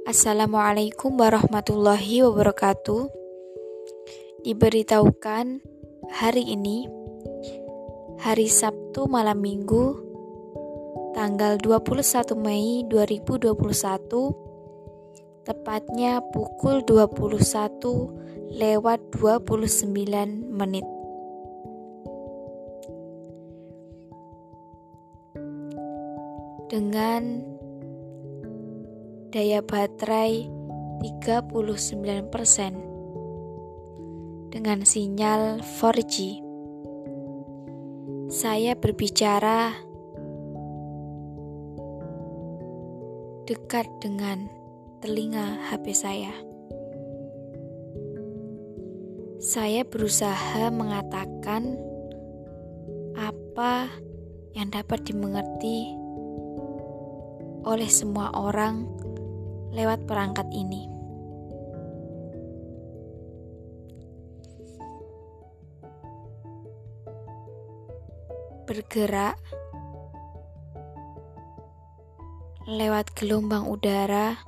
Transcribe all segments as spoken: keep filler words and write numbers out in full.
Assalamualaikum warahmatullahi wabarakatuh. Diberitahukan hari ini, hari Sabtu malam minggu, tanggal dua puluh satu Mei dua ribu dua puluh satu, tepatnya pukul dua puluh satu lewat dua puluh sembilan menit. Dengan daya baterai tiga puluh sembilan persen dengan sinyal empat G. Saya berbicara dekat dengan telinga H P saya. Saya berusaha mengatakan apa yang dapat dimengerti oleh semua orang lewat perangkat ini. Bergerak lewat gelombang udara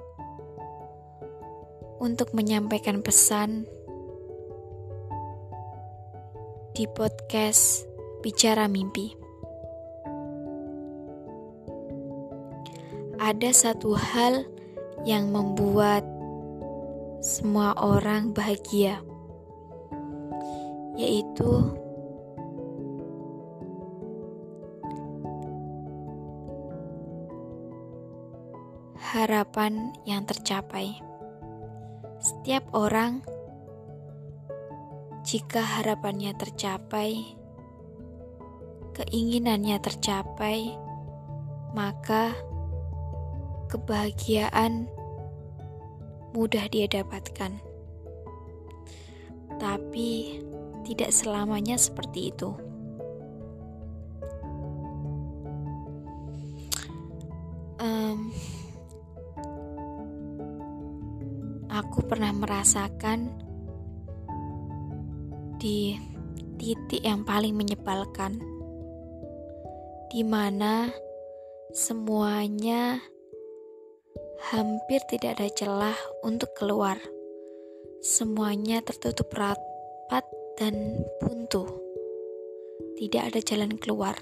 untuk menyampaikan pesan di podcast Bicara Mimpi. Ada satu hal yang membuat semua orang bahagia, yaitu harapan yang tercapai. Setiap orang, jika harapannya tercapai, keinginannya tercapai, maka kebahagiaan mudah dia dapatkan. Tapi tidak selamanya seperti itu. Um, aku pernah merasakan di titik yang paling menyebalkan, di mana semuanya hampir tidak ada celah untuk keluar. Semuanya tertutup rapat dan buntu. Tidak ada jalan keluar.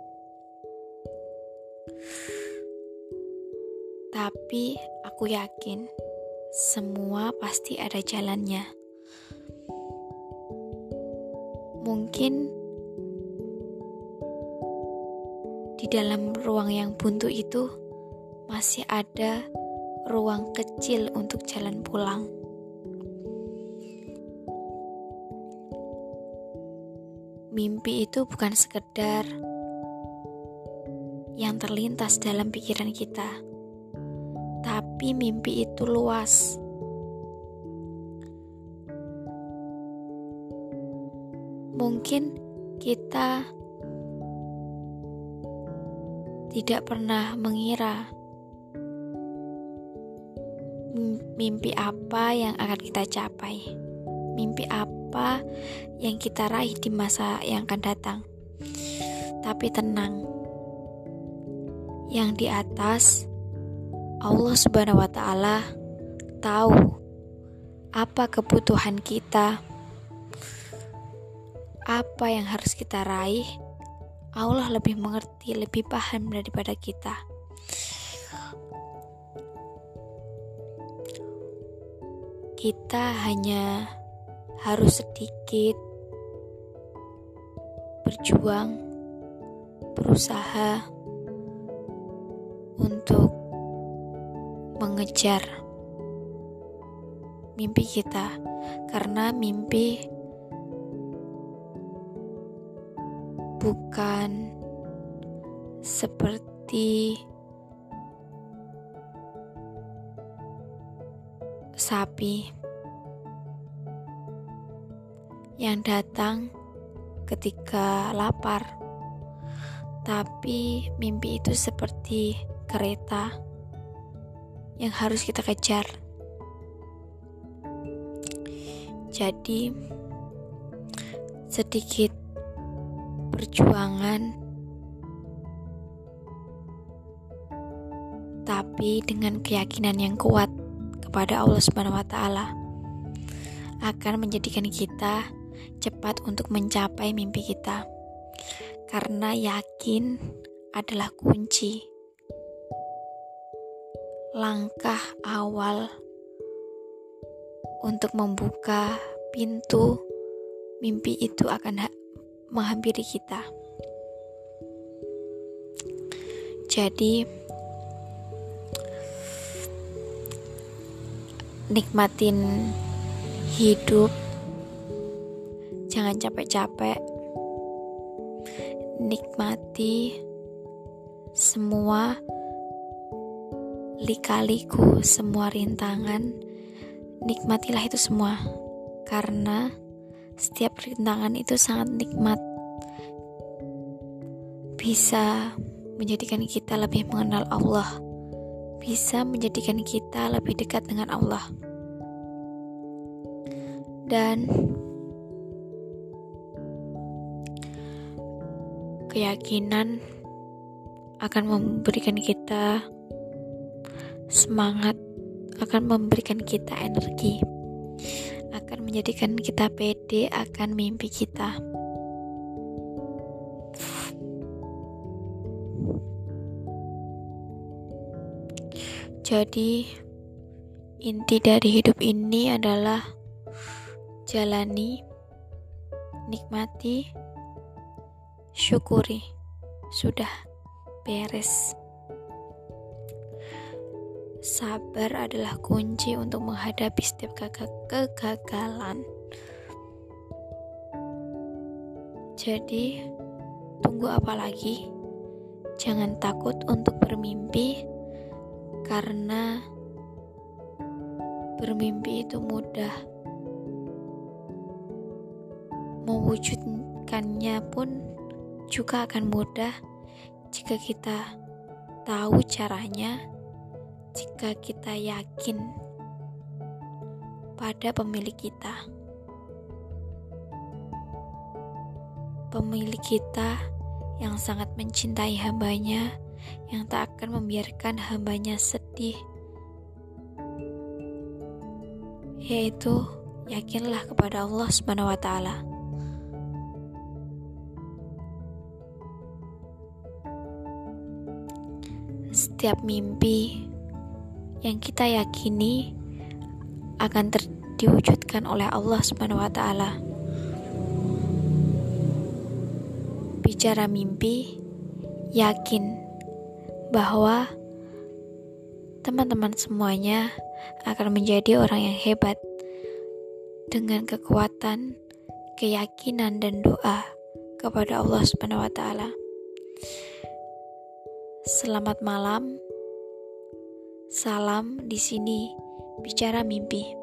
Tapi aku yakin semua pasti ada jalannya. Mungkin di dalam ruang yang buntu itu masih ada ruang kecil untuk jalan pulang. Mimpi itu bukan sekedar yang terlintas dalam pikiran kita, tapi mimpi itu luas. Mungkin kita tidak pernah mengira mimpi apa yang akan kita capai, mimpi apa yang kita raih di masa yang akan datang. Tapi tenang, yang di atas, Allah Subhanahu wa Ta'ala tahu apa kebutuhan kita, apa yang harus kita raih. Allah lebih mengerti, lebih paham daripada kita. Kita hanya harus sedikit berjuang, berusaha untuk mengejar mimpi kita, karena mimpi bukan seperti sapi yang datang ketika lapar, tapi mimpi itu seperti kereta yang harus kita kejar. Jadi sedikit perjuangan, tapi dengan keyakinan yang kuat, kepada Allah Subhanahu wa taala akan menjadikan kita cepat untuk mencapai mimpi kita. Karena yakin adalah kunci. Langkah awal untuk membuka pintu mimpi itu akan ha- menghampiri kita. Jadi nikmatin hidup, jangan capek-capek. Nikmati semua lika-liku, semua rintangan. Nikmatilah itu semua, karena setiap rintangan itu sangat nikmat, bisa menjadikan kita lebih mengenal Allah, bisa menjadikan kita lebih dekat dengan Allah. Dan keyakinan akan memberikan kita semangat, akan memberikan kita energi, akan menjadikan kita pede akan mimpi kita. Jadi inti dari hidup ini adalah jalani, nikmati, syukuri. Sudah beres. Sabar adalah kunci untuk menghadapi setiap kegagalan. Jadi, tunggu apa lagi? Jangan takut untuk bermimpi, karena bermimpi itu mudah. Mewujudkannya pun juga akan mudah jika kita tahu caranya, jika kita yakin pada pemilik kita. Pemilik kita yang sangat mencintai hambanya, yang tak akan membiarkan hambanya sedih, yaitu yakinlah kepada Allah Subhanahu wa taala. Setiap mimpi yang kita yakini akan ter- diwujudkan oleh Allah Subhanahu wa taala. Bicara mimpi, yakin bahwa teman-teman semuanya akan menjadi orang yang hebat dengan kekuatan, keyakinan dan doa kepada Allah Subhanahu wa taala. Selamat malam. Salam di sini bicara mimpi.